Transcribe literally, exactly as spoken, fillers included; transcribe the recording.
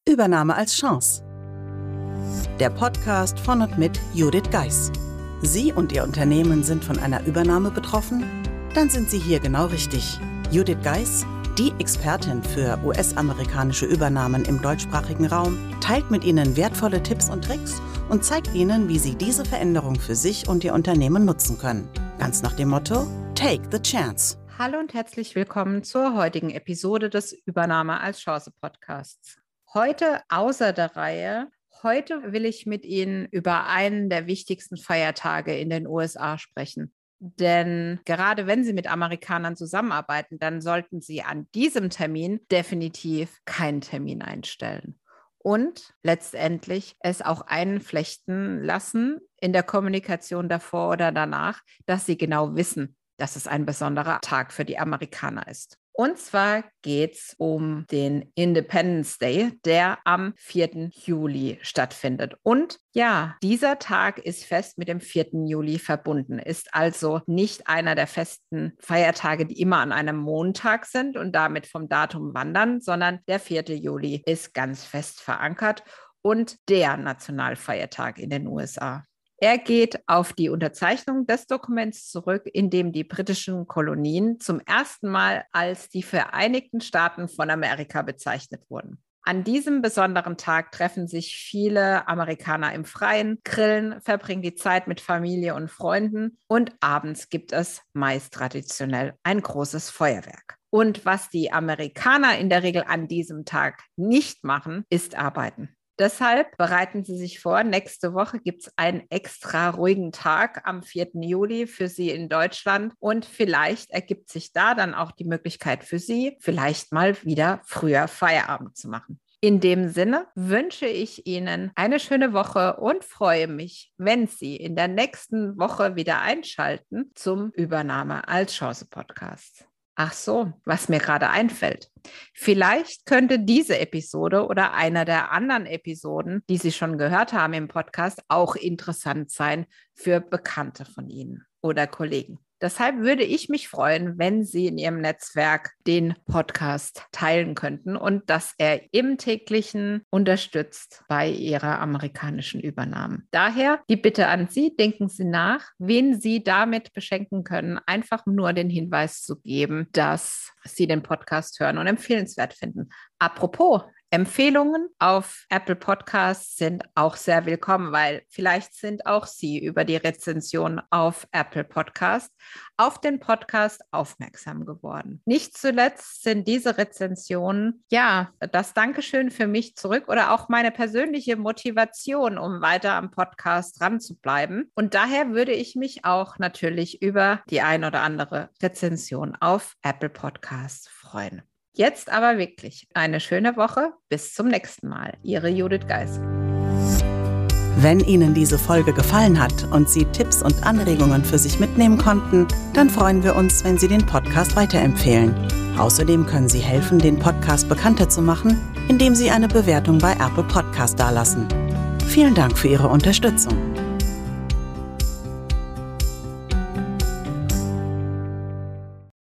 Übernahme als Chance. Der Podcast von und mit Judith Geis. Sie und Ihr Unternehmen sind von einer Übernahme betroffen? Dann sind Sie hier genau richtig. Judith Geis, die Expertin für U S-amerikanische Übernahmen im deutschsprachigen Raum, teilt mit Ihnen wertvolle Tipps und Tricks und zeigt Ihnen, wie Sie diese Veränderung für sich und Ihr Unternehmen nutzen können. Ganz nach dem Motto: Take the chance. Hallo und herzlich willkommen zur heutigen Episode des Übernahme als Chance Podcasts. Heute außer der Reihe. Heute will ich mit Ihnen über einen der wichtigsten Feiertage in den U S A sprechen. Denn gerade wenn Sie mit Amerikanern zusammenarbeiten, dann sollten Sie an diesem Termin definitiv keinen Termin einstellen. Und letztendlich es auch einflechten lassen in der Kommunikation davor oder danach, dass Sie genau wissen, dass es ein besonderer Tag für die Amerikaner ist. Und zwar geht es um den Independence Day, der am vierten Juli stattfindet. Und ja, dieser Tag ist fest mit dem vierten Juli verbunden, ist also nicht einer der festen Feiertage, die immer an einem Montag sind und damit vom Datum wandern, sondern der vierte Juli ist ganz fest verankert und der Nationalfeiertag in den U S A. Er geht auf die Unterzeichnung des Dokuments zurück, in dem die britischen Kolonien zum ersten Mal als die Vereinigten Staaten von Amerika bezeichnet wurden. An diesem besonderen Tag treffen sich viele Amerikaner im Freien, grillen, verbringen die Zeit mit Familie und Freunden und abends gibt es meist traditionell ein großes Feuerwerk. Und was die Amerikaner in der Regel an diesem Tag nicht machen, ist arbeiten. Deshalb bereiten Sie sich vor, nächste Woche gibt es einen extra ruhigen Tag am vierten Juli für Sie in Deutschland und vielleicht ergibt sich da dann auch die Möglichkeit für Sie, vielleicht mal wieder früher Feierabend zu machen. In dem Sinne wünsche ich Ihnen eine schöne Woche und freue mich, wenn Sie in der nächsten Woche wieder einschalten zum Übernahme als Chance Podcast. Ach so, was mir gerade einfällt. Vielleicht könnte diese Episode oder einer der anderen Episoden, die Sie schon gehört haben im Podcast, auch interessant sein für Bekannte von Ihnen oder Kollegen. Deshalb würde ich mich freuen, wenn Sie in Ihrem Netzwerk den Podcast teilen könnten und dass er im Täglichen unterstützt bei Ihrer amerikanischen Übernahme. Daher die Bitte an Sie, denken Sie nach, wen Sie damit beschenken können, einfach nur den Hinweis zu geben, dass Sie den Podcast hören und empfehlenswert finden. Apropos Empfehlungen auf Apple Podcasts sind auch sehr willkommen, weil vielleicht sind auch Sie über die Rezension auf Apple Podcast auf den Podcast aufmerksam geworden. Nicht zuletzt sind diese Rezensionen, ja, das Dankeschön für mich zurück oder auch meine persönliche Motivation, um weiter am Podcast dran zu bleiben. Und daher würde ich mich auch natürlich über die ein oder andere Rezension auf Apple Podcasts freuen. Jetzt aber wirklich eine schöne Woche. Bis zum nächsten Mal. Ihre Judith Geis. Wenn Ihnen diese Folge gefallen hat und Sie Tipps und Anregungen für sich mitnehmen konnten, dann freuen wir uns, wenn Sie den Podcast weiterempfehlen. Außerdem können Sie helfen, den Podcast bekannter zu machen, indem Sie eine Bewertung bei Apple Podcast dalassen. Vielen Dank für Ihre Unterstützung.